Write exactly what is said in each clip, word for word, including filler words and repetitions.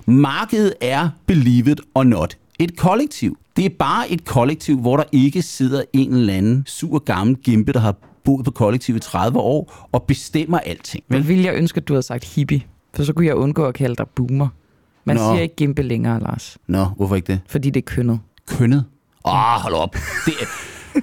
Markedet er believe it or not et kollektiv. Det er bare et kollektiv, hvor der ikke sidder en eller anden sur gammel gimpe, der har boet på kollektiv i tredive år og bestemmer alting. Vel ville jeg ønske, at du havde sagt hippie, for så kunne jeg undgå at kalde dig boomer. Man Nå. siger ikke gimpe længere, Lars. Nå, hvorfor ikke det? Fordi det er kønnet. Kønnet? Åh, oh, hold op. Det er...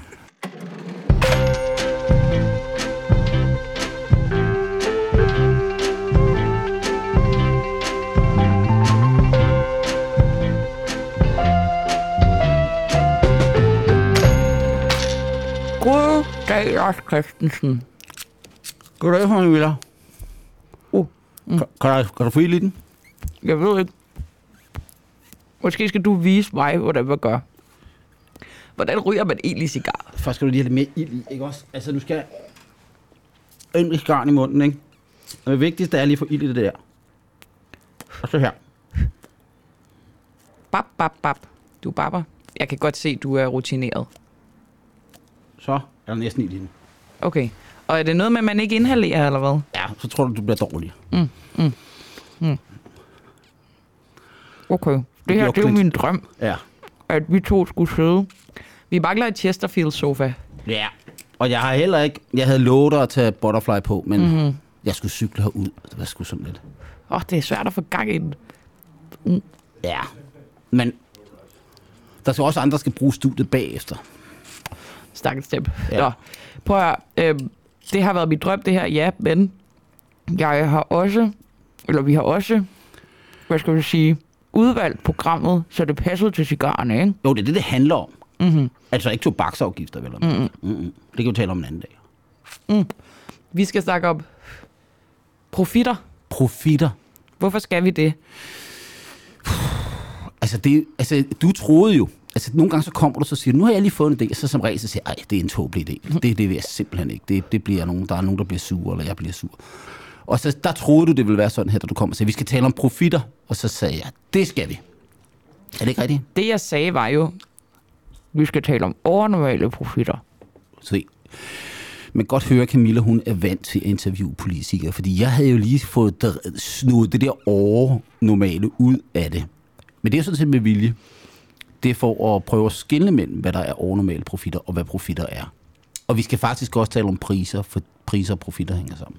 Goddag, Lars Christensen. Goddag, Camilla. Uh, mm. Kan, kan, kan du få ild i den? Jeg ved ikke. Måske skal du vise mig, hvordan man gør. Hvordan ryger man egentlig cigar? Først skal du lige have lidt mere ild i, ikke også? Altså, du skal ind med cigaren i munden, ikke? Og det vigtigste er lige at få ild i det der. Og så her. Bap, bap, bap. Du babber. Jeg kan godt se, du er rutineret. Så er der næsten ild i den. Okay. Og er det noget med, at man ikke inhalerer, eller hvad? Ja, så tror du, du bliver dårlig. Mm, mm, mm. Okay. Det her, det er jo min drøm. Ja. At vi to skulle sidde. Vi mangler et Chesterfield-sofa. Ja. Og jeg har heller ikke... Jeg havde lovet dig at tage butterfly på, men mm-hmm. jeg skulle cykle herud. Det var sgu sådan lidt. Åh, oh, det er svært at få gang i den. Mm. Ja. Men der skal også andre, der skal bruge studiet bagefter. Stakkels dem. Ja. Nå, prøv at høre. Øh, det har været mit drøm, det her, ja, men jeg har også, eller vi har også, hvad skal vi sige, udvalgt programmet, så det passede til cigarerne, ikke? Jo, det er det, det handler om. Mm-hmm. Altså ikke tobaksafgifter, vel? Mm-hmm. Mm-hmm. Det kan vi tale om en anden dag. Mm. Vi skal snakke om profitter. Profitter? Hvorfor skal vi det? Altså, det, altså du troede jo, altså nogle gange så kommer du så siger, nu har jeg lige fået en idé, så som regel så siger, ej, det er en tåbelig idé. Mm. Det, det vil jeg simpelthen ikke. Det, det bliver nogen, der er nogen, der bliver sur, eller jeg bliver sur. Og så der troede du, det ville være sådan her, da du kom og sagde, vi skal tale om profitter. Og så sagde jeg, det skal vi. Er det ikke rigtigt? Det jeg sagde var jo, vi skal tale om overnormale profitter. Se. Men godt høre, Camilla, hun er vant til at interviewe politikere, fordi jeg havde jo lige fået snudet det der overnormale ud af det. Men det er sådan set med vilje. Det er for at prøve at skelne mellem, hvad der er overnormale profitter, og hvad profitter er. Og vi skal faktisk også tale om priser, for priser og profitter hænger sammen.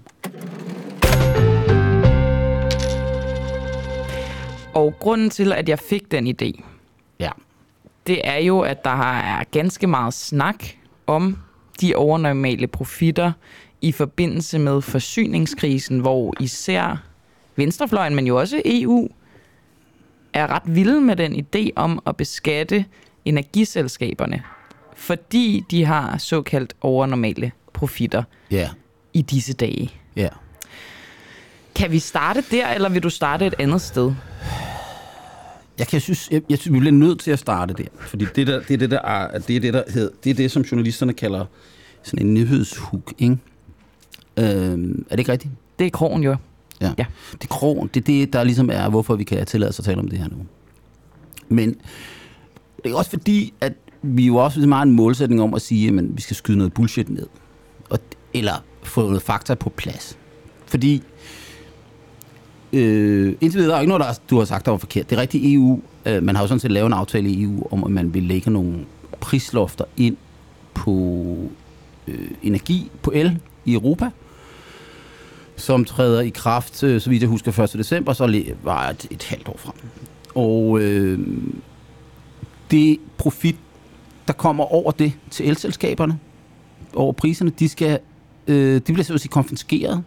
Og grunden til, at jeg fik den idé, ja. det er jo, at der er ganske meget snak om de overnormale profitter i forbindelse med forsyningskrisen, hvor især venstrefløjen, men jo også E U, er ret vilde med den idé om at beskatte energiselskaberne, fordi de har såkaldt overnormale profitter yeah. i disse dage. Yeah. Kan vi starte der, eller vil du starte et andet sted? Jeg kan synes, jeg, jeg synes, vi bliver nødt til at starte der, fordi det der, det er det der er, det er det der hed, det er det som journalisterne kalder sådan en nyhedshook, ikke? Øhm, er det ikke rigtigt? Det er krogen jo. Ja. ja. Det er krogen, det er det der ligesom er, hvorfor vi kan tillade os at tale om det her nu. Men det er også fordi, at vi jo også har en målsætning om at sige, at vi skal skyde noget bullshit ned, og, eller få noget fakta på plads, fordi Øh, indtil videre er ikke noget, der, du har sagt, der var forkert. Det er rigtigt E U. Øh, man har jo sådan set lavet en aftale i E U om, at man vil lægge nogle prislofter ind på øh, energi, på el i Europa, som træder i kraft, øh, så vidt jeg husker, første december, så var et, et halvt år frem. Og øh, det profit, der kommer over det til elselskaberne, over priserne, de skal, øh, de bliver så at sige konfiskeret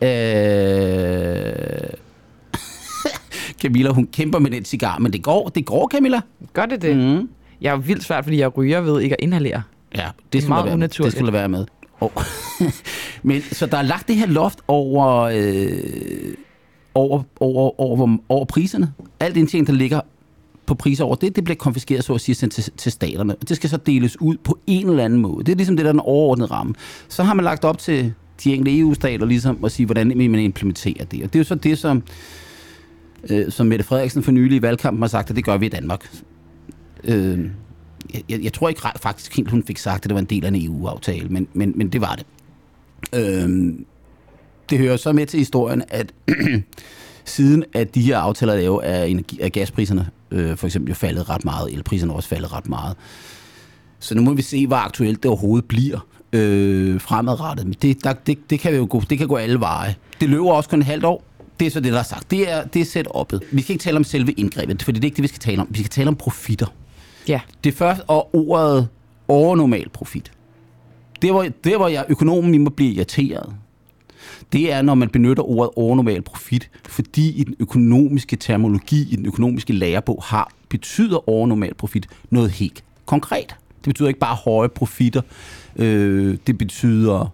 af Camilla, hun kæmper med den cigar, men det går, det går, Camilla. Gør det det? Mm. Jeg er vildt svært, fordi jeg ryger ved ikke at inhalere. Ja, det, det er meget unaturligt. Det skulle være med. Oh. Men så der er lagt det her loft over, øh, over, over, over, over priserne. Alt indtjening, der ligger på priser over det, det bliver konfiskeret, så at sige, til, til staterne. Det skal så deles ud på en eller anden måde. Det er ligesom det, der er den overordnede ramme. Så har man lagt op til de enkelte E U-stater ligesom at sige, hvordan man implementerer det. Og det er jo så det, som Øh, som Mette Frederiksen for nylig i valgkampen har sagt, at det gør vi i Danmark. Øh, jeg, jeg tror ikke faktisk helt, hun fik sagt, at det var en del af en E U-aftale, men, men, men det var det. Øh, det hører så med til historien, at siden at de her aftaler er lavet, er, energi, er gaspriserne øh, for eksempel jo faldet ret meget, elpriserne er også faldet ret meget. Så nu må vi se, hvor aktuelt det overhovedet bliver øh, fremadrettet. Men det, der, det, det, kan jo gå, det kan gå alle veje. Det løber også kun et halvt år. Det er så det, der er sagt. Det er, det er set-up'et. Vi skal ikke tale om selve indgrebet, for det er ikke det, vi skal tale om. Vi skal tale om profitter. Ja. Det første, og ordet overnormal profit. Det hvor, det, hvor jeg økonomen må blive irriteret, det er, når man benytter ordet overnormal profit, fordi i den økonomiske terminologi, i den økonomiske lærebog, har betyder overnormal profit noget helt konkret. Det betyder ikke bare høje profitter. Øh, det betyder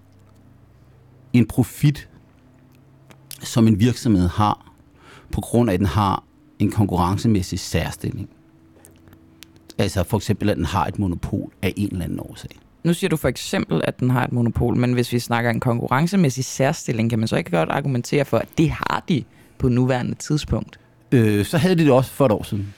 en profit, som en virksomhed har, på grund af, at den har en konkurrencemæssig særstilling. Altså for eksempel, at den har et monopol af en eller anden årsag. Nu siger du for eksempel, at den har et monopol, men hvis vi snakker en konkurrencemæssig særstilling, kan man så ikke godt argumentere for, at det har de på nuværende tidspunkt? Øh, så havde de det også for et år siden.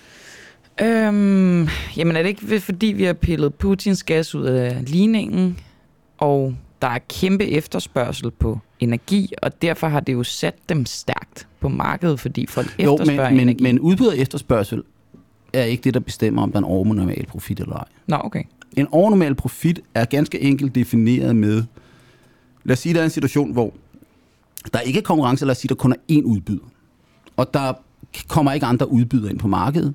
Øhm, jamen er det ikke fordi, vi har pillet Putins gas ud af ligningen, og der er kæmpe efterspørgsel på energi, og derfor har det jo sat dem stærkt på markedet, fordi folk jo, efterspørger men, energi. Men, men udbud af efterspørgsel er ikke det, der bestemmer, om der er en overnormal profit eller ej. Nå, okay. En overnormal profit er ganske enkelt defineret med, lad os sige, der er en situation, hvor der ikke er konkurrence, lad os sige, der kun er én udbyder. Og der kommer ikke andre udbydere ind på markedet.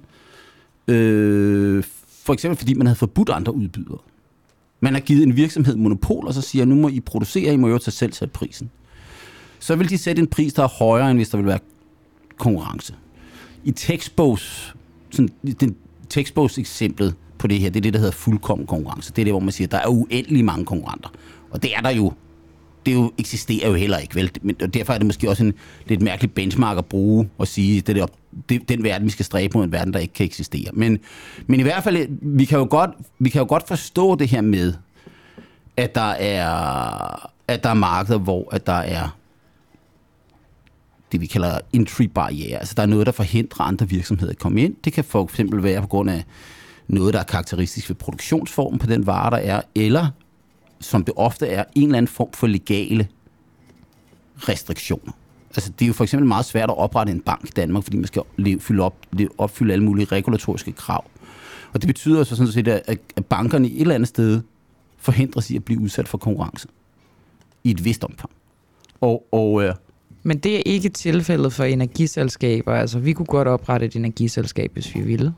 Øh, for eksempel fordi man havde forbudt andre udbydere. Man har givet en virksomhed monopol, og så siger, nu må I producere, I må jo tage selv sætte prisen. Så vil de sætte en pris, der er højere, end hvis der vil være konkurrence. I tekstbogs, sådan, den tekstbogs eksemplet på det her, det er det, der hedder fuldkommen konkurrence. Det er det, hvor man siger, der er uendelig mange konkurrenter. Og det er der jo. Det jo eksisterer jo heller ikke, vel? Men derfor er det måske også en lidt mærkelig benchmark at bruge og sige, det er det, den verden, vi skal stræbe mod, en verden, der ikke kan eksistere. Men, men i hvert fald, vi kan, jo godt, vi kan jo godt forstå det her med, at der er, at der er markeder, hvor at der er det, vi kalder entry-barriere. Altså, der er noget, der forhindrer andre virksomheder at komme ind. Det kan for eksempel være på grund af noget, der er karakteristisk ved produktionsformen på den vare, der er, eller som det ofte er, en eller anden form for legale restriktioner. Altså, det er jo for eksempel meget svært at oprette en bank i Danmark, fordi man skal fylde op, opfylde alle mulige regulatoriske krav. Og det betyder så sådan set, at bankerne et eller andet sted forhindres i at blive udsat for konkurrence i et vist omfang. Og, og, øh, Men det er ikke tilfældet for energiselskaber. Altså, vi kunne godt oprette et energiselskab, hvis vi ville.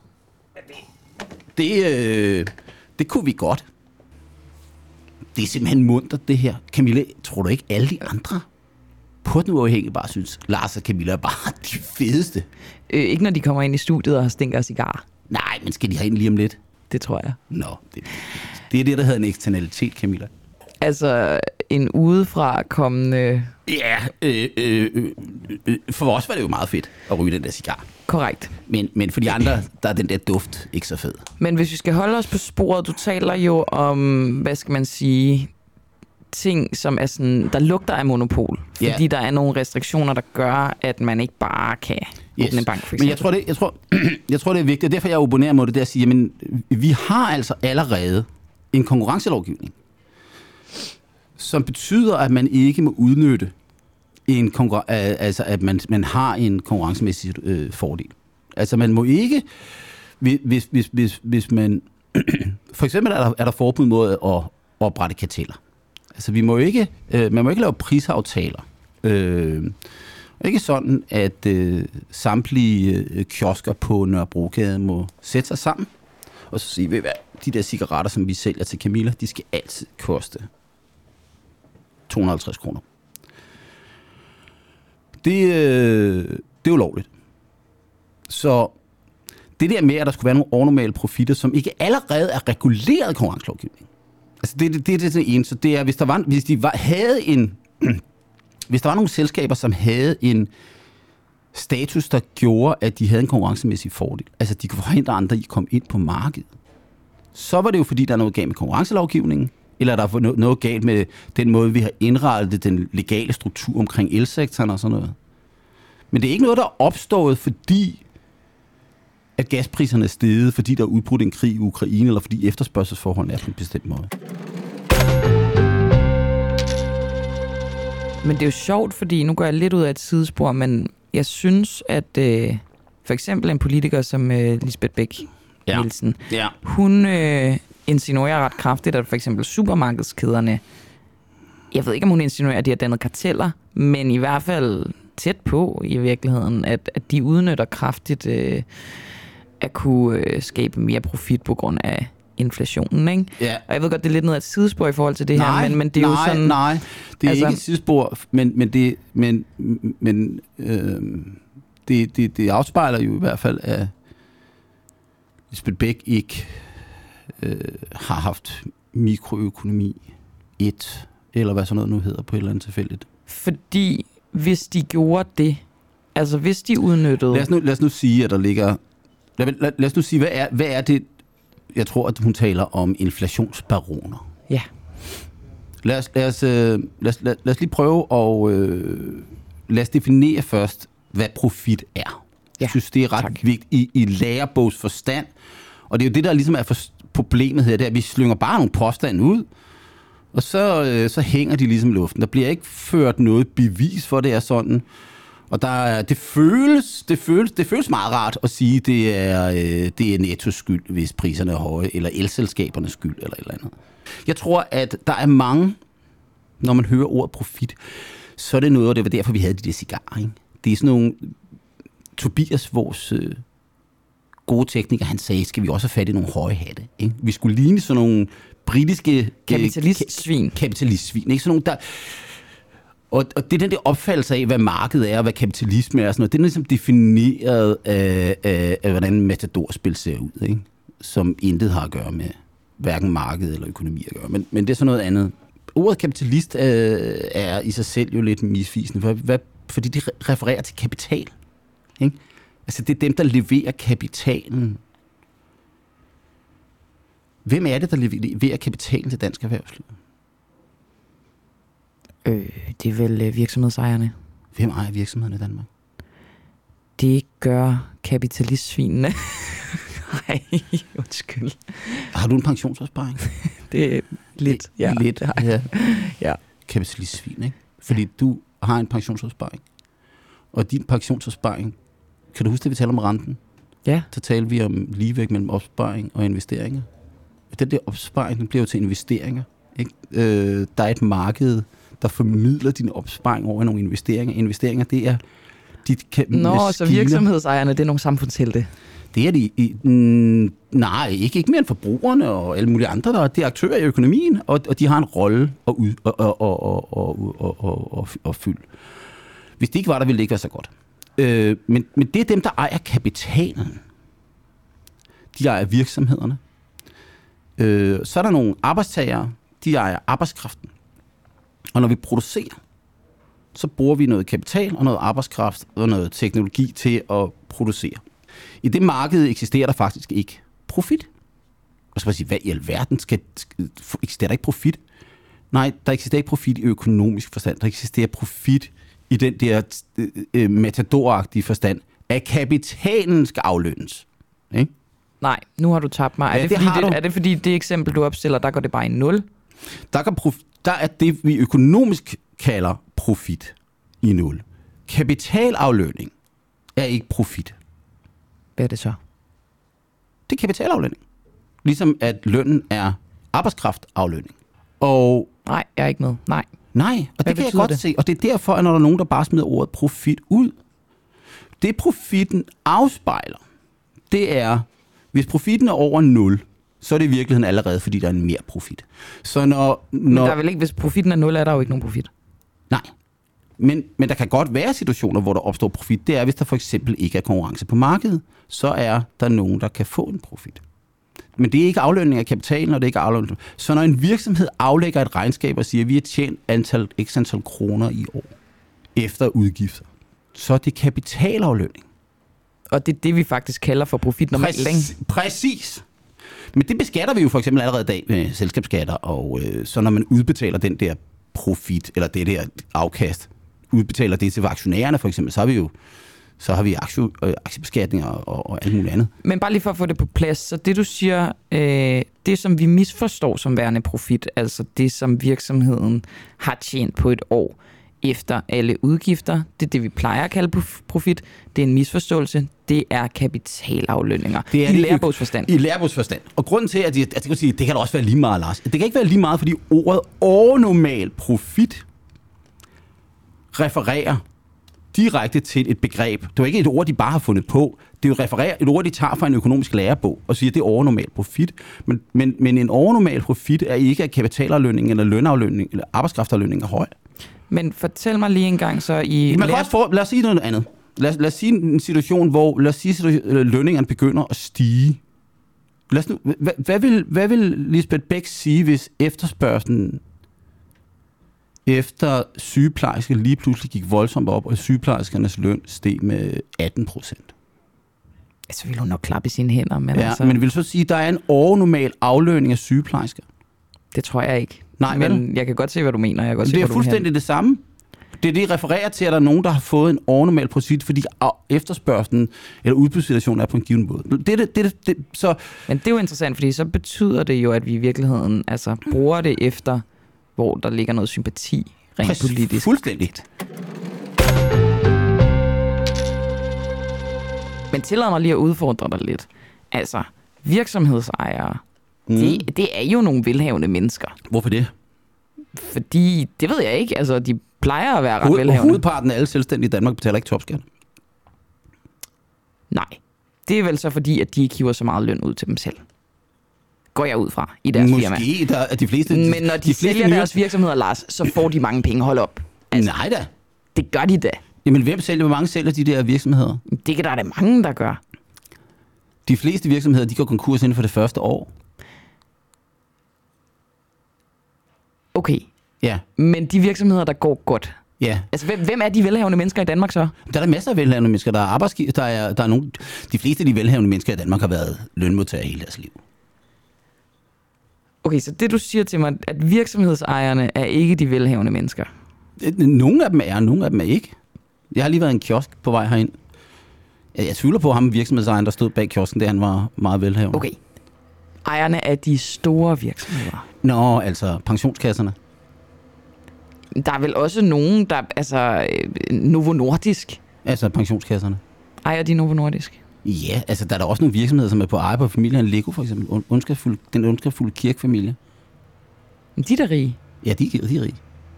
Det, øh, det kunne vi godt. Det er simpelthen muntert, det her. Camilla, tror du ikke alle de andre på den uafhængige bare synes, Lars og Camilla er bare de fedeste? Øh, ikke når de kommer ind i studiet og har stinker cigar. Nej, men skal de have ind lige om lidt? Det tror jeg. Nå, det, det er det, der hedder en eksternalitet, Camilla. Altså en udefra kommende... Ja, øh, øh, øh, øh, for os var det jo meget fedt at ryge den der cigar. Korrekt. Men, men for de andre, der er den der duft ikke så fed. Men hvis vi skal holde os på sporet, du taler jo om, hvad skal man sige, ting, som er sådan, der lugter af monopol. Fordi yeah. der er nogle restriktioner, der gør, at man ikke bare kan yes. åbne en bank, for eksempel. Men jeg tror, det, jeg, tror, jeg tror, det er vigtigt, og derfor jeg abonnerer mod det, det er at sige, jamen, vi har altså allerede en konkurrencelovgivning, som betyder, at man ikke må udnytte en konkurren- altså at man, man har en konkurrencemæssig øh, fordel. Altså man må ikke, hvis, hvis, hvis, hvis man, for eksempel er der, er der forbud mod at oprette karteller. Altså vi må ikke, øh, man må ikke lave prisaftaler. Øh, ikke sådan, at øh, samtlige øh, kiosker på Nørrebrogade må sætte sig sammen, og så sige, ved hvad, de der cigaretter, som vi sælger til Camilla, de skal altid koste to hundrede og halvtreds kroner. Det, øh, det er ulovligt. Så det der med, at der skulle være nogle overnormale profitter, som ikke allerede er reguleret konkurrencelovgivning. Altså det, det, det, det er det ene. Så det er, hvis der var, hvis de var, havde en, hvis der var nogle selskaber, som havde en status, der gjorde, at de havde en konkurrencemæssig fordel, altså de kunne forhindre andre i at komme ind på markedet, så var det jo fordi, der er noget galt med konkurrencelovgivningen, eller der er noget galt med den måde, vi har indrettet den legale struktur omkring elsektoren og sådan noget. Men det er ikke noget, der er opstået, fordi at gaspriserne er steget, fordi der er udbrudt en krig i Ukraine, eller fordi efterspørgselsforholdene er på en bestemt måde. Men det er jo sjovt, fordi nu går jeg lidt ud af et sidespor, men jeg synes, at øh, for eksempel en politiker som øh, Lisbeth Bech-Nielsen, ja. Ja. hun øh, insinuerer ret kraftigt, at for eksempel supermarkedskæderne, jeg ved ikke, om hun insinuerer, at de har dannet karteller, men i hvert fald tæt på i virkeligheden, at, at de udnytter kraftigt øh, at kunne øh, skabe mere profit på grund af inflationen, ikke? Ja. Og jeg ved godt, det er lidt noget af et sidespor i forhold til det nej, her, men, men det er nej, jo sådan... Nej, det er altså, ikke et sidespor, men, men, det, men, men øh, det, det, det afspejler jo i hvert fald, at Lisbeth Bech ikke øh, har haft mikroøkonomi et, eller hvad sådan noget nu hedder på et eller andet tilfældigt. Fordi hvis de gjorde det, altså hvis de udnyttede... Lad os nu, lad os nu sige, at der ligger... Lad, lad, lad os nu sige, hvad er, hvad er det... Jeg tror, at hun taler om inflationsbaroner. Ja. Lad os, lad os, øh, lad os, lad, lad os lige prøve at... Øh, lad os definere først, hvad profit er. Ja, jeg synes, det er ret tak. vigtigt i, i lærebogsforstand. Og det er jo det, der ligesom er for, problemet her, det er, at vi slynger bare nogle påstande ud, og så, øh, så hænger de ligesom i luften. Der bliver ikke ført noget bevis for, det er sådan. Og der, det, føles, det, føles, det føles meget rart at sige, at det er, øh, det er Nettos skyld, hvis priserne er høje, eller elselskabernes skyld, eller et eller andet. Jeg tror, at der er mange, når man hører ordet profit, så er det noget, og det var derfor, vi havde de der cigarer. Ikke? Det er sådan nogle... Tobias, vores øh, gode tekniker, han sagde, skal vi også have fat i nogle høje hatte. Ikke? Vi skulle ligne sådan nogle britiske... Kapitalistsvin. Ka- kapitalistsvin. Ikke? Sådan nogle, der... Og, og det er den der opfattelse af, hvad markedet er, og hvad kapitalisme er, og sådan noget, det er ligesom defineret af, af, af hvordan matadorspil ser ud, ikke? Som intet har at gøre med hverken markedet eller økonomi at gøre. Men, men det er sådan noget andet. Ordet kapitalist øh, er i sig selv jo lidt misvisende, for, hvad, fordi det refererer til kapital. Ikke? Altså det er dem, der leverer kapitalen. Hvem er det, der leverer kapitalen til dansk erhvervsliv? Øh, det er vel øh, virksomhedsejerne. Hvem ejer virksomheden i Danmark? Det gør kapitalistsvinene. Nej, undskyld. Har du en pensionsopsparing? Det er lidt, ja. Lidt, ja. Ja. Kapitalistsvin, ikke? Fordi du har en pensionsopsparing. Og din pensionsopsparing, kan du huske det, vi taler om renten? Ja. Så taler vi om ligevægt mellem opsparing og investeringer. Den der opsparing, den bliver jo til investeringer. Ikke? Øh, der er et marked, der formidler din opsparing over nogle investeringer. Investeringer, det er dit ka- Nå, maskiner. så virksomhedsejerne, det er nogle samfundshelte. Det er de. I, mm, nej, ikke, ikke mere end forbrugerne og alle mulige andre. Der, det er aktører i økonomien, og, og de har en rolle at, ud, og, og, og, og, og, og, og, og fylde. Hvis det ikke var der, ville det ikke være så godt. Øh, men, men det er dem, der ejer kapitalen. De ejer virksomhederne. Øh, så er der nogle arbejdstagere, de ejer arbejdskraften. Og når vi producerer, så bruger vi noget kapital og noget arbejdskraft og noget teknologi til at producere. I det marked eksisterer der faktisk ikke profit. Og så vil jeg sige, hvad i alverden skal, skal, eksisterer der ikke profit? Nej, der eksisterer ikke profit i økonomisk forstand. Der eksisterer profit i den der øh, matadoragtige forstand, at kapitalen skal aflønnes. Ikke? Nej, nu har du tabt mig. Er, ja, det, det fordi det, du. er det fordi det eksempel, du opstiller, der går det bare i nul? Der, kan prof- der er det, vi økonomisk kalder profit i nul. Kapitalaflønning er ikke profit. Hvad er det så? Det er kapitalaflønning. Ligesom at lønnen er arbejdskraftaflønning. Og nej, jeg er ikke med. Nej. Nej, og det kan jeg godt det? se. Og det er derfor, at når der er nogen, der bare smider ordet profit ud, det profitten afspejler, det er, hvis profitten er over nul, så er det i virkeligheden allerede, fordi der er en mere profit. Så når, når men der er vel ikke, hvis profitten er nul, er der jo ikke nogen profit. Nej, men, men der kan godt være situationer, hvor der opstår profit. Det er, hvis der for eksempel ikke er konkurrence på markedet, så er der nogen, der kan få en profit. Men det er ikke aflønning af kapitalen, og det er ikke aflønning. Så når en virksomhed aflægger et regnskab og siger, at vi har tjent antal, x antal kroner i år efter udgifter, så er det kapitalaflønning. Og det er det, vi faktisk kalder for profit normalt. Præcis. Præcis. Men det beskatter vi jo for eksempel allerede i dag med selskabsskatter, og øh, så når man udbetaler den der profit, eller det der afkast, udbetaler det til aktionærerne for eksempel, så har vi jo så har vi aktie, øh, aktiebeskatning og, og, og alt muligt andet. Men bare lige for at få det på plads, så det du siger, øh, det som vi misforstår som værende profit, altså det som virksomheden har tjent på et år, efter alle udgifter. Det er det, vi plejer at kalde profit. Det er en misforståelse. Det er kapitalaflønninger. Det er i lærebogsforstand. I lærebogsforstand. Og grunden til, at, de, at jeg sige, det kan da også være lige meget, Lars. Det kan ikke være lige meget, fordi ordet overnormal profit refererer direkte til et begreb. Det er ikke et ord, de bare har fundet på. Det er jo refererer et ord, de tager fra en økonomisk lærebog og siger, at det er overnormal profit. Men, men, men en overnormal profit er ikke, at kapitalaflønning eller lønaflønning eller arbejdskraftaflønning er høj. Men fortæl mig lige en gang så i... Man kan også få, lad os sige noget andet. Lad, lad os sige en situation, hvor lad os sige, at lønningerne begynder at stige. Lad os nu, hvad, hvad, vil, hvad vil Lisbeth Bech sige, hvis efterspørgselen efter sygeplejersker lige pludselig gik voldsomt op, og sygeplejerskernes løn steg med atten procent? Så vil hun nok klappe i sine hænder. Men, ja, altså... men vil så sige, at der er en overnormal aflønning af sygeplejersker? Det tror jeg ikke. Nej, men vel? Jeg kan godt se, hvad du mener. Jeg kan godt det se, er fuldstændig det samme. Det er det, refererer til, at der er nogen, der har fået en overnormal profit, fordi efterspørgselen eller udbudssituationen er på en given måde. Det, det, det, det, så... Men det er jo interessant, fordi så betyder det jo, at vi i virkeligheden altså, bruger det efter, hvor der ligger noget sympati rent Præcis, politisk. Fuldstændigt. Men tillad mig lige at udfordre dig lidt. Altså, virksomhedsejere, mm. det, det er jo nogle velhavende mennesker. Hvorfor det? Fordi, det ved jeg ikke, altså de plejer at være ret Hoved, velhavende. Hovedparten af alle selvstændige i Danmark betaler ikke topskat. Nej, det er vel så fordi, at de ikke hiver så meget løn ud til dem selv. Går jeg ud fra i deres Måske, firma. Måske, der er de fleste... Men når de, de sælger nye... deres virksomheder, Lars, så får de mange penge. Hold op. Altså, Nej da. Det gør de da. Jamen hvem sælger, hvor mange sælger de der virksomheder? Det kan der da mange, der gør. De fleste virksomheder, de går konkurs inden for det første år. Okay. Ja. Men de virksomheder, der går godt. Ja. Altså, hvem, hvem er de velhavende mennesker i Danmark så? Der er der masser af velhavende mennesker. Der er arbejdsgiver, der er, der er nogle... De fleste af de velhavende mennesker i Danmark har været lønmodtagere hele deres liv. Okay, så det du siger til mig, at virksomhedsejerne er ikke de velhavende mennesker? Nogle af dem er, nogle af dem er ikke. Jeg har lige været i en kiosk på vej herind. Jeg tvivler på ham, virksomhedsejeren, der stod bag kiosken, da han var meget velhavende. Okay. Ejerne af de store virksomheder. Nå, altså pensionskasserne. Der er vel også nogen, der... Altså, Novo Nordisk. Altså pensionskasserne. Ejer de Novo Nordisk? Ja, altså der er der også nogle virksomheder, som er på eje på familien Lego, for eksempel. Ondskabsfulde, den ondskabsfulde kirkefamilie. De er da rige. Ja, de, de er rige.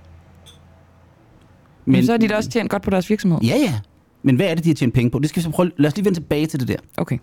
Men, Men så har de da også tjent godt på deres virksomhed. Ja, ja. Men hvad er det, de har tjent penge på? Det skal vi så prøve. Lad os lige vende tilbage til det der. Okay.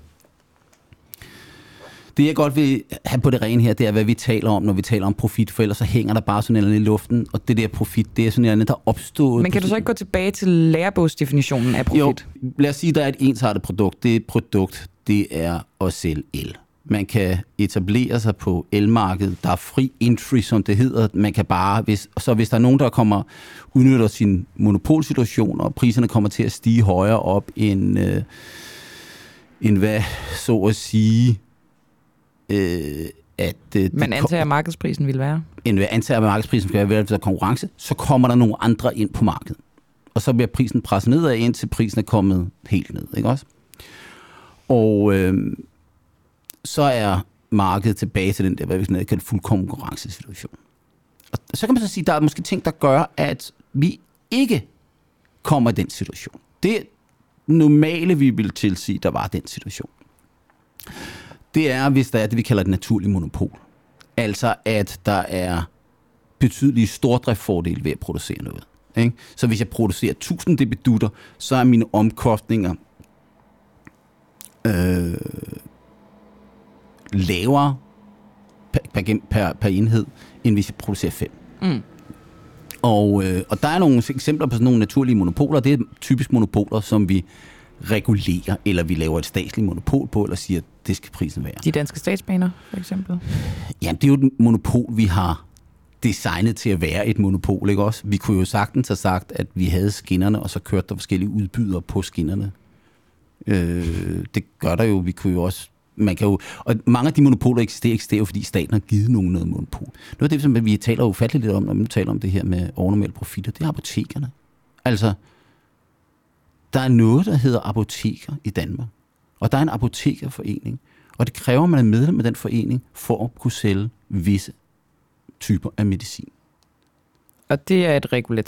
Det, jeg godt vil have på det rene her, det er, hvad vi taler om, når vi taler om profit, for ellers så hænger der bare sådan noget i luften, og det der profit, det er sådan noget, der er opstået. Men kan du så ikke gå tilbage til lærebogsdefinitionen af profit? Jo, lad os sige, der er et ensartet produkt. Det produkt, det er at sælge el. Man kan etablere sig på elmarkedet. Der er fri entry, som det hedder. Man kan bare, hvis, så hvis der er nogen, der kommer udnytter sin monopolsituation, og priserne kommer til at stige højere op end, øh, end hvad, så at sige, øh, at... Øh, Man antager, at markedsprisen vil være? End hvad antager, at markedsprisen skal være, hvis der er konkurrence, så kommer der nogle andre ind på markedet. Og så bliver prisen presset nedad, indtil prisen er kommet helt ned, ikke også? Og... Øh, så er markedet tilbage til den der, hvad vi kalder en fuld konkurrencesituation. Og så kan man så sige, at der er måske ting, der gør, at vi ikke kommer i den situation. Det normale, vi vil tilsige, der var den situation, det er, hvis der er det, vi kalder et naturligt monopol. Altså, at der er betydelige stordriftsfordele ved at producere noget. Ikke? Så hvis jeg producerer tusind debedutter, så er mine omkostninger øh, lavere per, per, per, per enhed, end hvis jeg producerer fem. Mm. Og, øh, og der er nogle eksempler på sådan nogle naturlige monopoler. Det er typisk monopoler, som vi regulerer, eller vi laver et statsligt monopol på, eller siger, at det skal prisen være. De danske statsbaner, for eksempel? Jamen, det er jo et monopol, vi har designet til at være et monopol, ikke også? Vi kunne jo sagtens have sagt, at vi havde skinnerne, og så kørte der forskellige udbydere på skinnerne. Øh, det gør der jo. Vi kunne jo også Man kan jo, og mange af de monopoler eksisterer, eksisterer jo, fordi staten har givet nogen noget monopol. Noget af det, som vi taler ufatteligt lidt om, når vi taler om det her med overnormale profitter, det er apotekerne. Altså, der er noget, der hedder apoteker i Danmark. Og der er en apotekerforening. Og det kræver, at man er medlem af den forening, for at kunne sælge visse typer af medicin. Og det er et regulativ?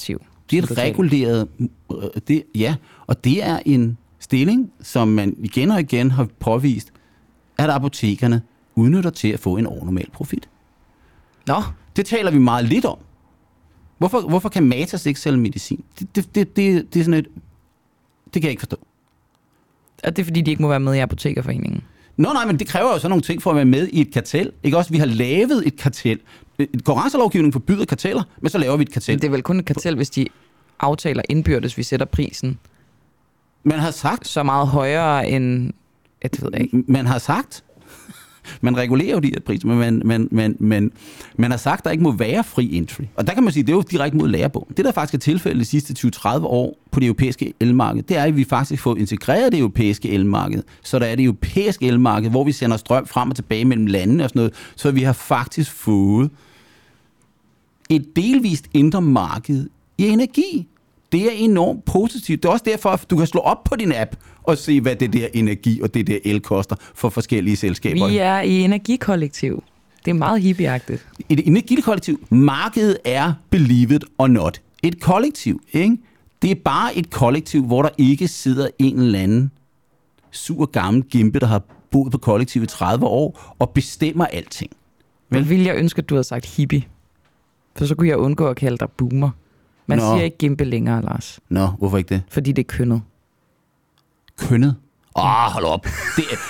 Det er et reguleret... Det, ja, og det er en stilling, som man igen og igen har påvist, at apotekerne udnytter til at få en overnormal profit. Nå. Det taler vi meget lidt om. Hvorfor, hvorfor kan Matas ikke sælge medicin? Det, det, det, det, det er sådan et... Det kan jeg ikke forstå. Er det fordi, de ikke må være med i Apotekerforeningen? Nå nej, men det kræver jo sådan nogle ting for at være med i et kartel. Ikke også? Vi har lavet et kartel. Konkurrencelovgivningen forbyder karteller, men så laver vi et kartel. Men det er vel kun et kartel, hvis de aftaler indbyrdes, vi sætter prisen. Man har sagt... Så meget højere end... Jeg ved ikke. Man har sagt... Man regulerer jo de her priser, men man, man, man, man, man har sagt, at der ikke må være fri entry. Og der kan man sige, at det er jo direkte mod lærebogen. Det, der faktisk er tilfældet de sidste tyve til tredive år på det europæiske elmarked, det er, at vi faktisk får integreret det europæiske elmarked, så der er det europæiske elmarked, hvor vi sender strøm frem og tilbage mellem landene og sådan noget, så vi har faktisk fået et delvist indre marked i energi. Det er enormt positivt. Det er også derfor, at du kan slå op på din app og se, hvad det der energi og det der el koster for forskellige selskaber. Vi er i energikollektiv. Det er meget hippieagtigt. Et energikollektiv. Markedet er believe it or not. Et kollektiv, ikke? Det er bare et kollektiv, hvor der ikke sidder en eller anden sur gammel gimpe, der har boet på kollektiv i tredive år og bestemmer alting. Men ville jeg ønske, at du havde sagt hippie? For så kunne jeg undgå at kalde dig boomer. Man Nå. siger ikke gimpe længere, Lars. Nå, hvorfor ikke det? Fordi det er kønnet. Kønnet? Åh, oh, hold op. Det er...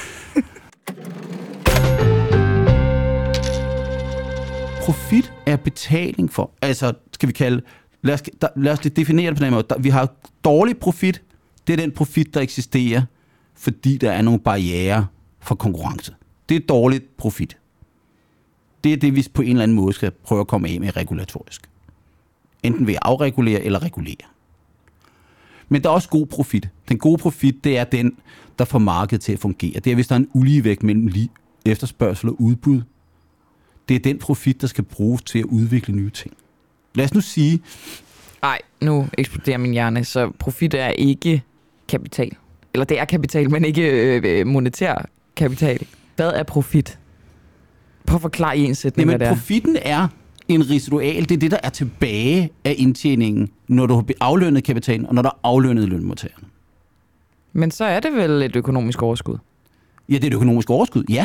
Profit er betaling for... Altså, skal vi kalde... Lad os, der, lad os definere det på den måde. Der, vi har dårlig profit. Det er den profit, der eksisterer, fordi der er nogle barrierer for konkurrence. Det er dårligt profit. Det er det, vi på en eller anden måde skal prøve at komme af med regulatorisk. Enten ved at afregulere eller regulere. Men der er også god profit. Den gode profit, det er den, der får markedet til at fungere. Det er, hvis der er en uligevægt mellem efterspørgsel og udbud. Det er den profit, der skal bruges til at udvikle nye ting. Lad os nu sige... Nej, nu eksploderer min hjerne, så profit er ikke kapital. Eller det er kapital, men ikke øh, monetær kapital. Hvad er profit? Prøv at forklare i en sætning, Jamen, hvad det er. Profitten er en residual. Det er det, der er tilbage af indtjeningen, når du har aflønnet kapitalen, og når der er aflønnet lønmodtagerne. Men så er det vel et økonomisk overskud? Ja, det er et økonomisk overskud, ja.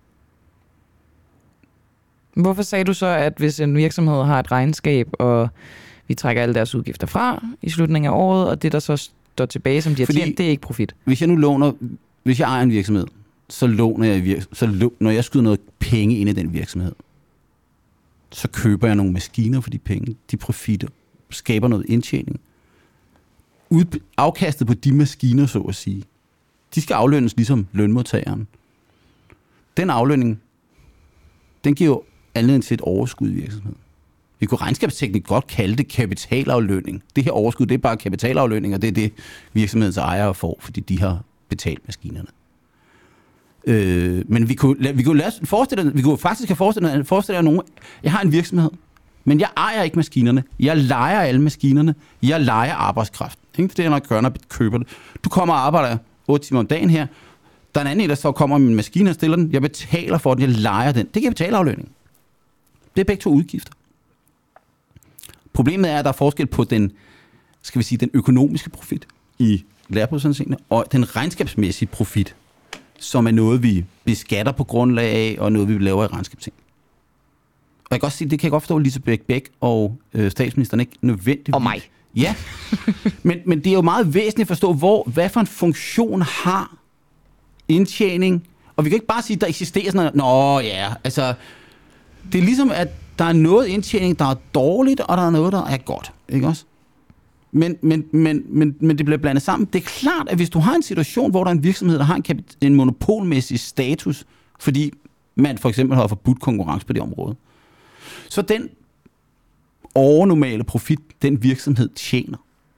Hvorfor sagde du så, at hvis en virksomhed har et regnskab, og vi trækker alle deres udgifter fra i slutningen af året, og det, der så står tilbage, som de har Fordi, tjent, det er ikke profit? Hvis jeg nu låner, hvis jeg ejer en virksomhed, så låner jeg, så låner, når jeg skyder noget penge ind i den virksomhed, så køber jeg nogle maskiner for de penge, de profitter, skaber noget indtjening. Ud, afkastet på de maskiner, så at sige, de skal aflønnes ligesom lønmodtageren. Den aflønning, den giver jo anledning til et overskud i virksomheden. Vi kunne regnskabsteknisk godt kalde det kapitalaflønning. Det her overskud, det er bare kapitalaflønning, og det er det, virksomhedens ejere får, fordi de har betalt maskinerne. Øh, men vi kunne, vi kunne lade os forestille, vi kunne faktisk have forestillet, forestille jer nogen. Jeg har en virksomhed, men jeg ejer ikke maskinerne. Jeg lejer alle maskinerne. Jeg lejer arbejdskraft. Det er, når jeg gør, når jeg køber det. Du kommer og arbejder otte timer om dagen her. Der er en anden, der så kommer med en maskine og stiller den. Jeg betaler for den. Jeg lejer den. Det kan kapitalaflønning. Det er begge to udgifter. Problemet er, at der er forskel på den, skal vi sige, den økonomiske profit i læreproducenterne og den regnskabsmæssige profit, som er noget, vi beskatter på grundlag af, og noget, vi laver i regnskabsting. Og jeg kan også sige, det kan jeg godt forstå, at Elisabeth Bæk og øh, statsministeren ikke nødvendigvis... Og mig. Ja, men, men det er jo meget væsentligt at forstå, hvor, hvad for en funktion har indtjening. Og vi kan ikke bare sige, at der eksisterer sådan noget, nå ja, altså... Det er ligesom, at der er noget indtjening, der er dårligt, og der er noget, der er godt. Ikke også? Men, men, men, men, men det bliver blandet sammen. Det er klart, at hvis du har en situation, hvor der er en virksomhed, der har en, kapit- en monopolmæssig status, fordi man for eksempel har forbudt konkurrence på det område, så den overnormale profit, den virksomhed tjener,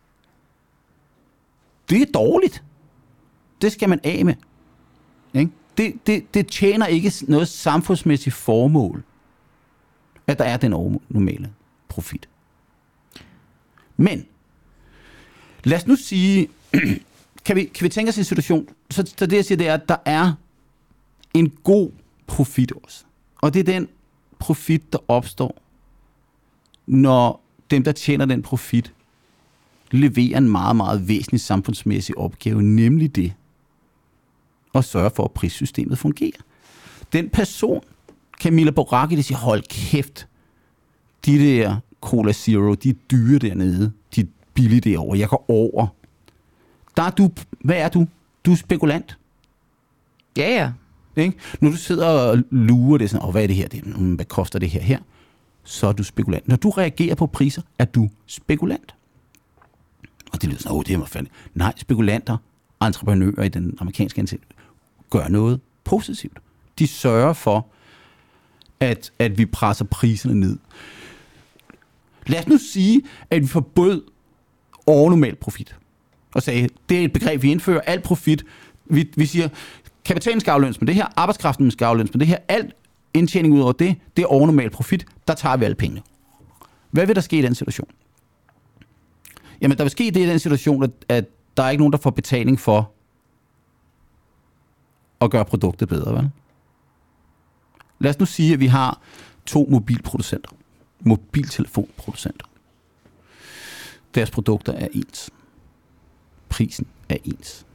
det er dårligt. Det skal man af med. Ikke? Det, det, det tjener ikke noget samfundsmæssigt formål, at der er den overnormale profit. Men lad os nu sige, kan vi, kan vi tænke os en situation, så, så det jeg siger, det er, at der er en god profit også. Og det er den profit, der opstår, når dem, der tjener den profit, leverer en meget, meget væsentlig samfundsmæssig opgave, nemlig det at sørge for, at prissystemet fungerer. Den person, Camilla Boracchi, der siger, hold kæft, de der Cola Zero, de er dyre dernede, de er billige derovre, jeg går over. Der er du, hvad er du? Du er spekulant. Ja, ja. Ikke? Når du sidder og lurer det sådan, oh, hvad er det her? Det, hvad koster det her her? Så er du spekulant. Når du reagerer på priser, er du spekulant. Og det lyder sådan, åh, oh, det er mig fandme. Nej, spekulanter, entreprenører i den amerikanske ansættelse, gør noget positivt. De sørger for, at, at vi presser priserne ned. Lad os nu sige, at vi forbød overnormal profit. Og sagde, det er et begreb, vi indfører. Alt profit, vi, vi siger, kapitalen skal aflønnes med det her, arbejdskraften skal aflønnes med det her, alt indtjening ud over det, det er overnormal profit, der tager vi alle pengene. Hvad vil der ske i den situation? Jamen, der vil ske det i den situation, at, at der er ikke nogen, der får betaling for at gøre produktet bedre, vel? Lad os nu sige, at vi har to mobilproducenter. Mobiltelefonproducenter. Deres produkter er ens. Prisen er ens.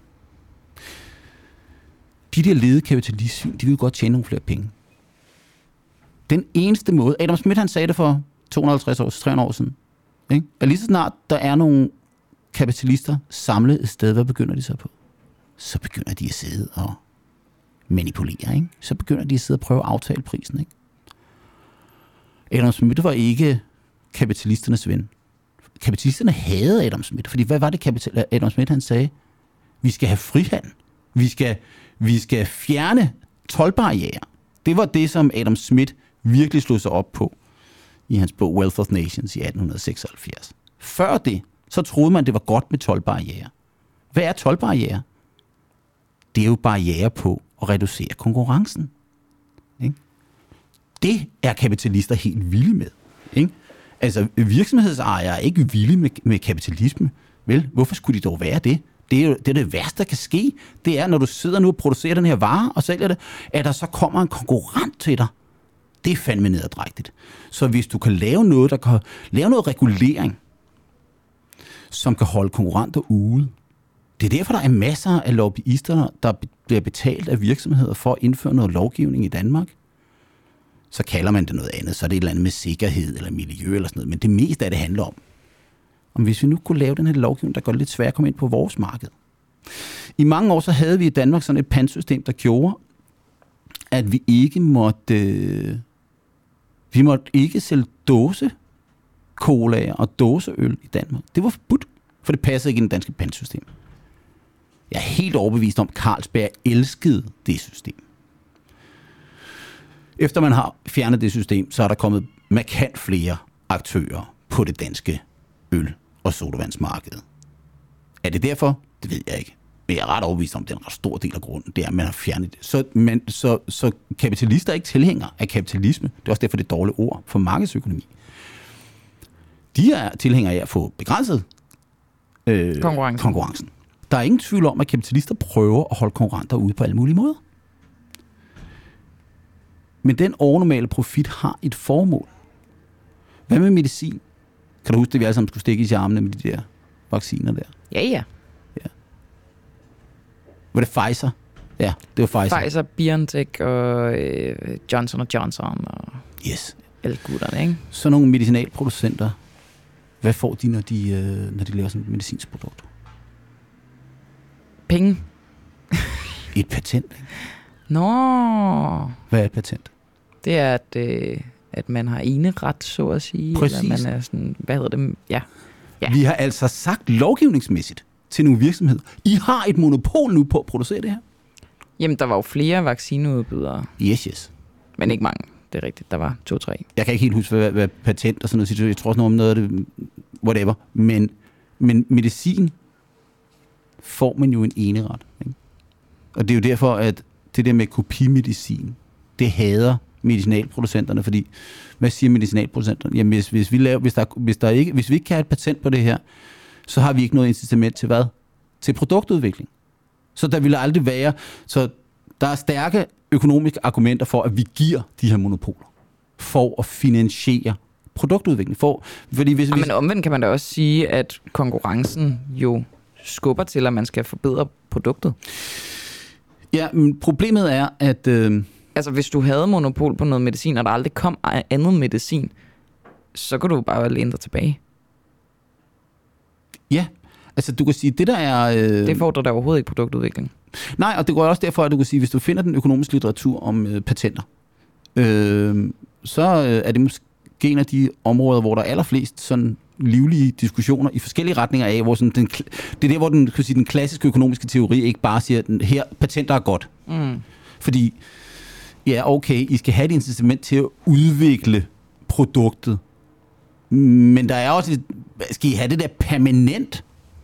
De der ledige kapitalistsvin, de vil godt tjene nogle flere penge. Den eneste måde, Adam Smith han sagde det for to hundrede og halvtreds år, tre hundrede år siden, ikke? At lige så snart der er nogle kapitalister samlet et sted, hvad begynder de så på? Så begynder de at sidde og manipulere, ikke? Så begynder de at sidde og prøve at aftale prisen, ikke? Adam Smith var ikke kapitalisternes ven. Kapitalisterne havde Adam Smith, fordi hvad var det kapital- Adam Smith han sagde? Vi skal have frihandel. Vi skal, vi skal fjerne toldbarrierer. Det var det, som Adam Smith virkelig slog sig op på i hans bog Wealth of Nations i atten seksoghalvfjerds. Før det, så troede man, det var godt med toldbarrierer. Hvad er toldbarrierer? Det er jo barrierer på at reducere konkurrencen. Ikke? Det er kapitalister helt vilde med. Ikke? Altså, virksomhedsejere er ikke vilde med, med kapitalisme. Vel, hvorfor skulle de dog være det? Det er jo det, er det værste, der kan ske. Det er, når du sidder nu og producerer den her vare og sælger det, at der så kommer en konkurrent til dig. Det er fandme nederdrægtigt. Så hvis du kan lave noget, der kan lave noget regulering, som kan holde konkurrenter ude. Det er derfor, der er masser af lobbyister, der bliver betalt af virksomheder for at indføre noget lovgivning i Danmark. Så kalder man det noget andet. Så er det et eller andet med sikkerhed eller miljø eller sådan noget. Men det meste af det handler om, om hvis vi nu kunne lave den her lovgivning, der gør det lidt svært at komme ind på vores marked. I mange år så havde vi i Danmark sådan et pantsystem, der gjorde, at vi ikke måtte, vi måtte ikke sælge dåse colaer og dåseøl i Danmark. Det var forbudt, for det passede ikke i det danske pantsystem. Jeg er helt overbevist om, at Carlsberg elskede det system. Efter man har fjernet det system, så er der kommet markant flere aktører på det danske øl- og sodavandsmarked. Er det derfor? Det ved jeg ikke. Men jeg er ret overbevist om, at det er en ret stor del af grunden, det er, at man har fjernet det. Så, men, så, så kapitalister er ikke tilhængere af kapitalisme. Det er også derfor, det er et dårligt ord for markedsøkonomi. De er tilhængere af at få begrænset øh, konkurrencen. konkurrencen. Der er ingen tvivl om, at kapitalister prøver at holde konkurrenter ude på alle mulige måder. Men den overnormale profit har et formål. Hvad med medicin? Kan du huske det, vi alle sammen skulle stikke i armene med de der vacciner der? Ja, ja. ja. Var det Pfizer? Ja, det var Pfizer. Pfizer, BioNTech og øh, Johnson og Johnson og yes. alle gutterne, ikke? Så nogle medicinalproducenter, hvad får de, når de, øh, når de laver sådan et medicinsk produkt? Penge. Et patent, ikke? Nå. Hvad er et patent? Det er, at, øh, at man har ene ret, så at sige. Præcis. Eller man er sådan, hvad hedder det? Ja. ja. Vi har altså sagt lovgivningsmæssigt til nogle virksomheder, I har et monopol nu på at producere det her. Jamen, der var jo flere vaccineudbydere. Yes, yes. Men ikke mange. Det er rigtigt. Der var to-tre. Jeg kan ikke helt huske, hvad, hvad patent og sådan noget. Jeg tror også noget om noget af det, whatever. Men, men medicin får man jo en eneret. Ikke? Og det er jo derfor, at det der med kopimedicin, det hader medicinalproducenterne, fordi hvad siger medicinalproducenterne? Jamen, hvis, hvis, vi, laver, hvis, der, hvis, der ikke, hvis vi ikke kan have et patent på det her, så har vi ikke noget incitament til hvad? Til produktudvikling. Så der vil aldrig være, så der er stærke økonomiske argumenter for, at vi giver de her monopoler for at finansiere produktudvikling. For, fordi hvis, ja, hvis, men omvendt kan man da også sige, at konkurrencen jo skubber til, at man skal forbedre produktet. Ja, men problemet er, at... Øh, altså, hvis du havde monopol på noget medicin, og der aldrig kom andet medicin, så kan du bare læne dig tilbage. Ja, altså du kan sige, det der er... Øh, det fordrer der overhovedet ikke produktudvikling. Nej, og det går også derfor, at du kan sige, hvis du finder den økonomiske litteratur om øh, patenter, øh, så øh, er det måske en af de områder, hvor der er allerflest sådan livlige diskussioner i forskellige retninger af, hvor sådan den, det er der, hvor den, kan sige, den klassiske økonomiske teori ikke bare siger, at her patenter er godt. Mm. Fordi, ja, okay, I skal have et incitament til at udvikle produktet, men der er også, et, skal I have det der permanent?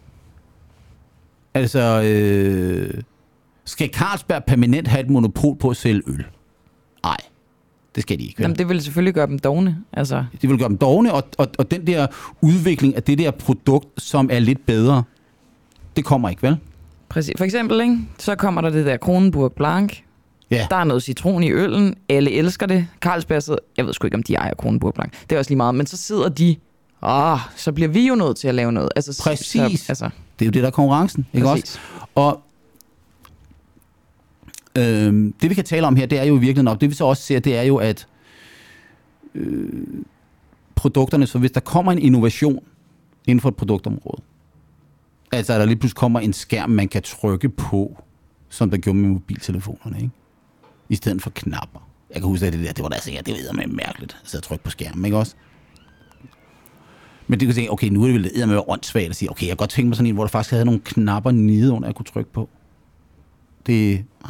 Altså, øh, skal Carlsberg permanent have et monopol på at sælge øl? Nej, det skal de ikke. Jamen, det vil selvfølgelig gøre dem dovne. Altså. Det vil gøre dem dovne, og, og, og den der udvikling af det der produkt, som er lidt bedre, det kommer ikke, vel? Præcis. For eksempel, ikke? Så kommer der det der Kronenbourg Blanc. Ja. Der er noget citron i øllen. Alle elsker det. Carlsberg sidder... Jeg ved sgu ikke, om de ejer Kronenbourg Blanc. Det er også lige meget. Men så sidder de... Åh, så bliver vi jo nødt til at lave noget. Altså, Præcis. Så, altså. Det er jo det, der er konkurrencen. Ikke også? Og øhm, det, vi kan tale om her, det er jo virkelig nok. Det, vi så også ser, det er jo, at øh, produkterne... Så hvis der kommer en innovation inden for et produktområde, altså at der lige pludselig kommer en skærm, man kan trykke på, som der gjorde med mobiltelefonerne, ikke? I stedet for knapper. Jeg kan huske, at det der, det var da altså, ja, det ved jeg mærkeligt, at sidde og trykke på skærmen, ikke også? Men det kan sige, okay, nu er det vel eddermame åndssvagt at sige, okay, jeg kan godt tænke mig sådan en, hvor der faktisk havde nogle knapper nede under, jeg kunne trykke på. Det... Ah.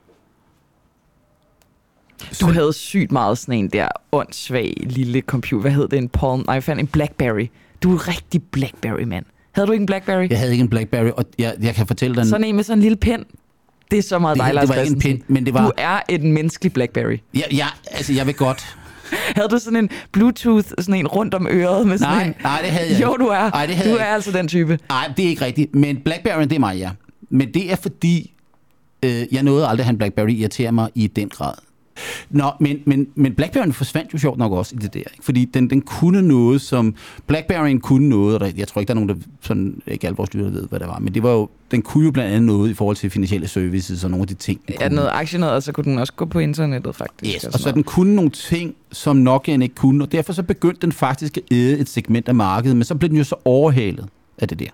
Du havde sygt meget sådan en der åndssvag lille computer. Hvad hed det? En Palm? Nej, jeg fandt en Blackberry. Du er rigtig Blackberry, mand. Havde du ikke en Blackberry? Jeg havde ikke en Blackberry, og jeg, jeg kan fortælle dig... Sådan en med sådan en lille pen. Det er så meget dig, Lars Det var ikke en pen, men det var... Du er et menneskelig Blackberry. Ja, ja, altså jeg vil godt... Havde du sådan en Bluetooth, sådan en rundt om øret med sådan nej, en... Nej, det havde jeg Jo, du er. Nej, det havde du jeg er altså den type. Nej, det er ikke rigtigt. Men Blackberry, det er mig, ja. Men det er fordi, øh, jeg nåede aldrig at have en Blackberry, irriterer mig i den grad. Nå, men, men, men Blackberryen forsvandt jo sjovt nok også i det der, ikke? Fordi den, den kunne noget, som... Blackberryen kunne noget, og jeg tror ikke, der er nogen, der sådan, ikke alle vores lyttere ved, hvad det var, men det var jo, den kunne jo blandt andet noget i forhold til finansielle services og nogle af de ting. Ja, noget aktie noget, og så kunne den også gå på internettet, faktisk. Yes, og, og så den kunne nogle ting, som Nokia'en ikke kunne, og derfor så begyndte den faktisk at æde et segment af markedet, men så blev den jo så overhalet af det der.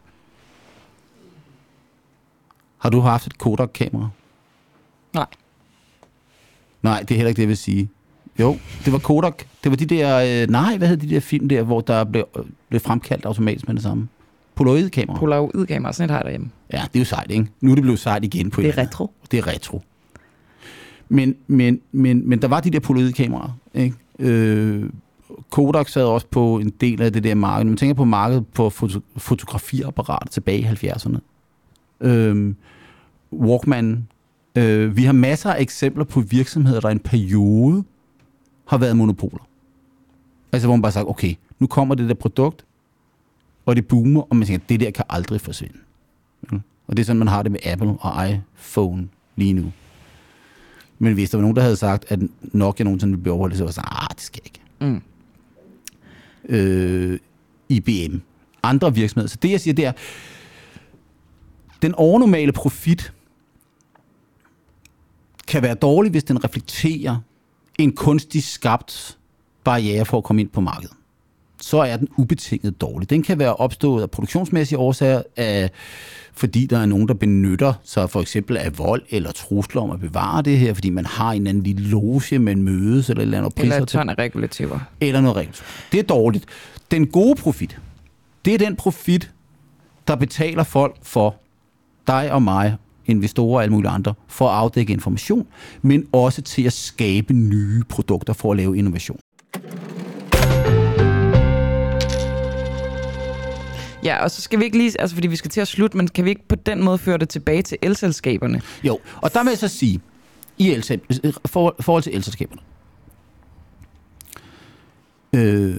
Har du haft et Kodak-kamera? Nej. Nej, det er heller ikke det, jeg vil sige. Jo, det var Kodak. Det var de der... Øh, nej, hvad hed de der film der, hvor der blev, øh, blev fremkaldt automatisk med det samme? Polaroid-kamera. Polaroid-kamera, sådan et har jeg derhjemme. Ja, det er jo sejt, ikke? Nu er det blevet sejt igen på det. Det er retro. Det er retro. Men, men, men, men der var de der Polaroid-kameraer, ikke? Øh, Kodak sad også på en del af det der marked. Man tænker på markedet på foto- fotografiapparater tilbage i halvfjerdserne. Øh, Walkman. Øh, vi har masser af eksempler på virksomheder, der i en periode har været monopoler. Altså hvor man bare sagt, okay, nu kommer det der produkt, og det boomer, og man tænker, det der kan aldrig forsvinde. Ja. Og det er sådan, man har det med Apple og iPhone lige nu. Men hvis der var nogen, der havde sagt, at Nokia nogensinde ville blive overholdt, så var det sådan, ah, det skal ikke. Mm. Øh, I B M. Andre virksomheder. Så det, jeg siger, det er, den overnormale profit kan være dårlig, hvis den reflekterer en kunstig skabt barriere for at komme ind på markedet. Så er den ubetinget dårlig. Den kan være opstået af produktionsmæssige årsager, af, fordi der er nogen, der benytter sig for eksempel af vold eller trusler om at bevare det her, fordi man har en eller anden lille loge, man mødes eller eller andet. Eller et ton af regulativer. Eller noget regulativer. Det er dårligt. Den gode profit, det er den profit, der betaler folk for dig og mig, investorer og alle mulige andre, for at afdække information, men også til at skabe nye produkter for at lave innovation. Ja, og så skal vi ikke lige, altså fordi vi skal til at slutte, men kan vi ikke på den måde føre det tilbage til elselskaberne? Jo, og der vil jeg så sige, i el- for, forhold til elselskaberne, øh,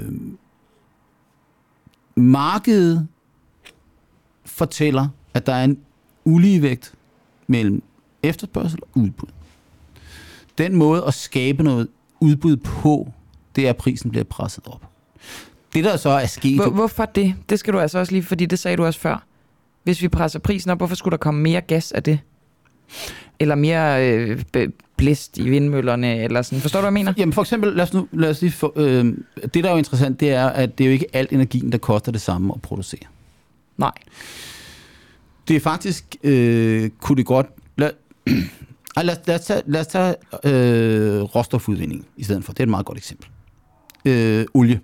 markedet fortæller, at der er en uligevægt mellem efterspørgsel og udbud. Den måde at skabe noget udbud på, det er, at prisen bliver presset op. Det der så er sket... Hvor, hvorfor det? Det skal du altså også lige, fordi det sagde du også før. Hvis vi presser prisen op, hvorfor skulle der komme mere gas af det? Eller mere øh, blæst i vindmøllerne, eller sådan. Forstår du, hvad jeg mener? Jamen for eksempel, lad os, nu, lad os lige få, øh, det der er jo interessant, det er, at det er jo ikke alt energien, der koster det samme at producere. Nej. Det er faktisk, øh, kunne det godt... Lad, ej, lad, lad os tage, lad os tage øh, råstofudvinding i stedet for. Det er et meget godt eksempel. Øh, olie.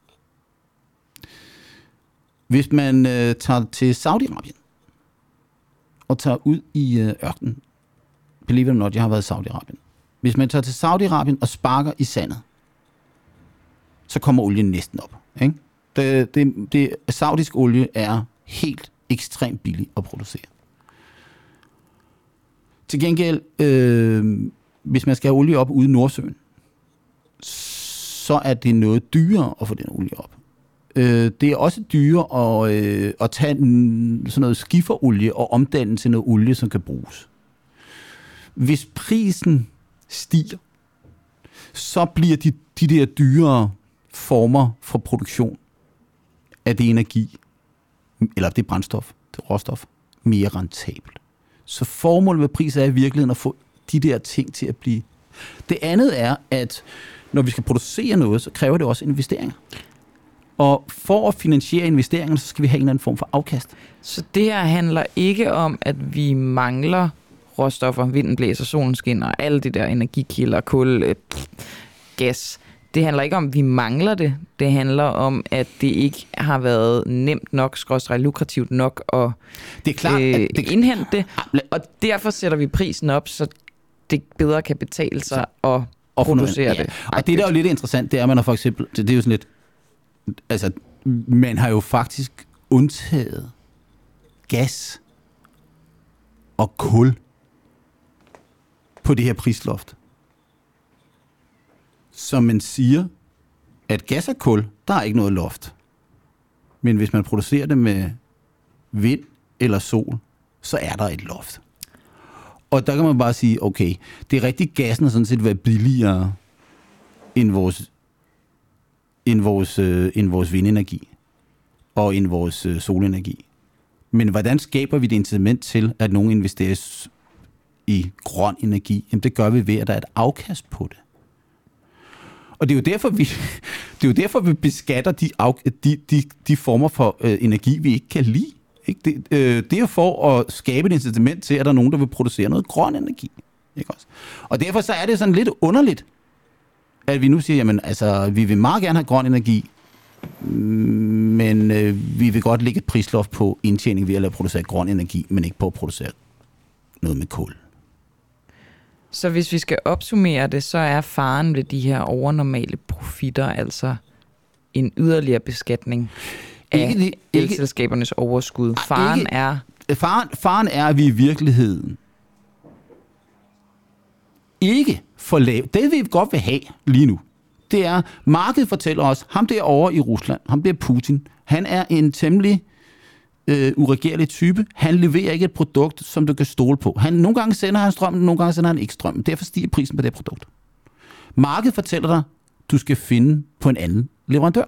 Hvis man øh, tager til Saudi-Arabien og tager ud i øh, ørkenen, believe it or not, jeg har været i Saudi-Arabien. Hvis man tager til Saudi-Arabien og sparker i sandet, så kommer olien næsten op. Ikke? Det, det, det, saudisk olie er helt ekstremt billig at producere. Til gengæld, øh, hvis man skal have olie op ude i Nordsøen, så er det noget dyrere at få den olie op. Øh, det er også dyrere at, øh, at tage sådan noget skiferolie og omdanne til noget olie, som kan bruges. Hvis prisen stiger, så bliver de, de der dyrere former for produktion af det energi, eller det brændstof, det råstof, mere rentabelt. Så formålet med pris er i virkeligheden at få de der ting til at blive... Det andet er, at når vi skal producere noget, så kræver det også investeringer. Og for at finansiere investeringerne, så skal vi have en eller anden form for afkast. Så det her handler ikke om, at vi mangler råstoffer, vinden blæser, solen skinner, alle de der energikilder, kul, øh, gas. Det handler ikke om, at vi mangler det. Det handler om, at det ikke har været nemt nok, skråstreg lukrativt nok at, det er klart, øh, at det... indhente det. Og derfor sætter vi prisen op, så det bedre kan betale sig at producere ja. det. Og det, der er jo lidt interessant, det er, at man har for eksempel, det, det er jo sådan lidt, altså, man har jo faktisk undtaget gas og kul på det her prisloft. Så man siger, at gas og kul, der er ikke noget loft. Men hvis man producerer det med vind eller sol, så er der et loft. Og der kan man bare sige, okay, det er rigtigt, gassen har sådan set været billigere end vores, end vores, øh, end vores vindenergi og end vores øh, solenergi. Men hvordan skaber vi det incitament til, at nogen investerer i grøn energi? Jamen det gør vi ved, at der er et afkast på det. Og det er jo derfor, vi, det er jo derfor, vi beskatter de, de, de, de former for øh, energi, vi ikke kan lide. Ikke? Det, øh, det er jo for at skabe et incitament til, at der er nogen, der vil producere noget grøn energi. Ikke også? Og derfor så er det sådan lidt underligt, at vi nu siger, jamen altså, vi vil meget gerne have grøn energi, men øh, vi vil godt lægge et prisloft på indtjening ved at lade producere grøn energi, men ikke på at producere noget med kul. Så hvis vi skal opsummere det, så er faren ved de her overnormale profitter altså en yderligere beskatning af ikke, ikke, elselskabernes overskud. Faren ikke, er... Faren, faren er, at vi i virkeligheden ikke for lav. Det vi godt vil have lige nu, det er, markedet fortæller os, ham derovre i Rusland, ham der Putin, han er en temmelig øh, uregerlig type. Han leverer ikke et produkt, som du kan stole på. Han, nogle gange sender han strøm, nogle gange sender han ikke strøm. Derfor stiger prisen på det produkt. Markedet fortæller dig, du skal finde på en anden leverandør.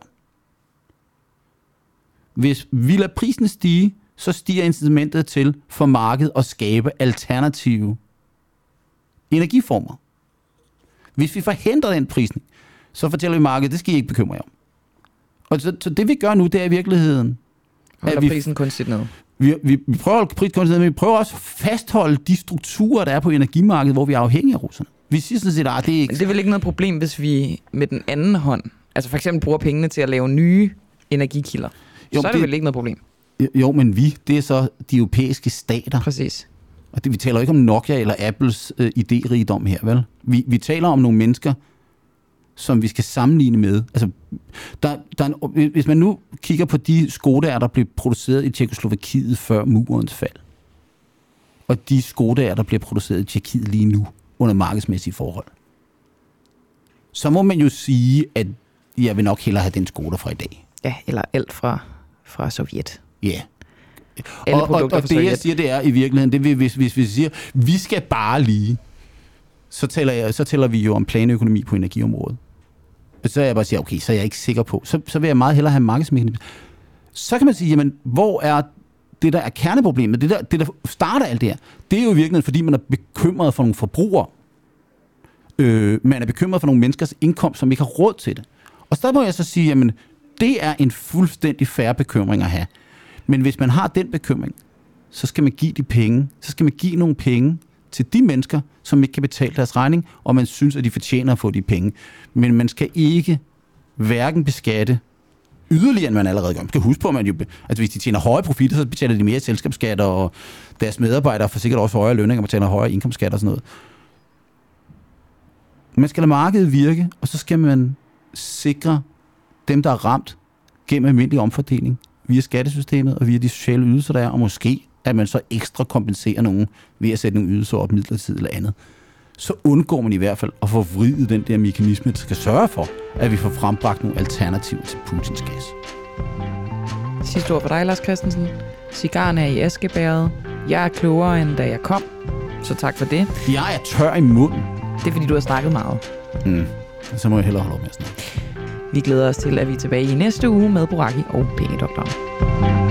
Hvis vi lader prisen stige, så stiger incitamentet til for markedet at skabe alternative energiformer. Hvis vi forhindrer den prisning, så fortæller vi markedet, det skal I ikke bekymre jer om. Og så, så det vi gør nu, det er i virkeligheden... Holder vi, prisen kunstigt ned. Vi, vi, vi prøver at holde prisen kunstigt ned, men vi prøver også at fastholde de strukturer, der er på energimarkedet, hvor vi er afhængige af russerne. Vi siger sådan set, at det er ikke... Men det er vel ikke noget problem, hvis vi med den anden hånd, altså for eksempel bruger pengene til at lave nye energikilder. Jo, så er det, det vel ikke noget problem. Jo, men vi, det er så de europæiske stater. Præcis. Og det, vi taler ikke om Nokia eller Apples øh, idérigdom her, vel? Vi, vi taler om nogle mennesker, som vi skal sammenligne med. Altså, der, der er en, hvis man nu kigger på de Skodaer, der blev produceret i Tjekkoslovakiet før murens fald, og de Skodaer, der bliver produceret i Tjekkiet lige nu, under markedsmæssige forhold, så må man jo sige, at jeg vil nok hellere have den Skoda fra i dag. Ja, eller alt fra, fra Sovjet. Ja. Yeah. Og, og, og det, jeg siger, det er i virkeligheden, det vil, hvis, hvis vi siger, vi skal bare lige, så tæller, jeg, så tæller vi jo om planøkonomi på energiområdet. så er jeg bare siger, okay, så er jeg ikke sikker på. Så, så vil jeg meget hellere have markedsmekanismer. Så kan man sige, jamen, hvor er det, der er kerneproblemet? Det der, det, der starter alt det her, det er jo i virkeligheden, fordi man er bekymret for nogle forbrugere. Øh, man er bekymret for nogle menneskers indkomst, som ikke har råd til det. Og så må jeg så sige, jamen, det er en fuldstændig fair bekymring at have. Men hvis man har den bekymring, så skal man give de penge. Så skal man give nogle penge til de mennesker, som ikke kan betale deres regning, og man synes, at de fortjener at få de penge. Men man skal ikke hverken beskatte yderligere, end man allerede gør. Man skal huske på, at man jo, altså hvis de tjener høje profitter, så betaler de mere selskabsskatter, og deres medarbejdere får sikkert også højere lønninger, og betaler højere indkomstskatter og sådan noget. Man skal lade markedet virke, og så skal man sikre dem, der er ramt gennem almindelig omfordeling via skattesystemet og via de sociale ydelser, der er, og måske at man så ekstra kompenserer nogen ved at sætte nogle ydelser op midlertidigt eller andet. Så undgår man i hvert fald at forvride den der mekanisme, der skal sørge for, at vi får frembragt nogle alternativer til Putins gas. Sidste ord for dig, Lars Christensen. Cigaren er i askebæret. Jeg er klogere, end da jeg kom. Så tak for det. Jeg er tør i munden. Det er, fordi du har snakket meget. Mm. Så må jeg hellere holde op med at snakke. Vi glæder os til, at vi er tilbage i næste uge med Boraki og Pengedoktoren.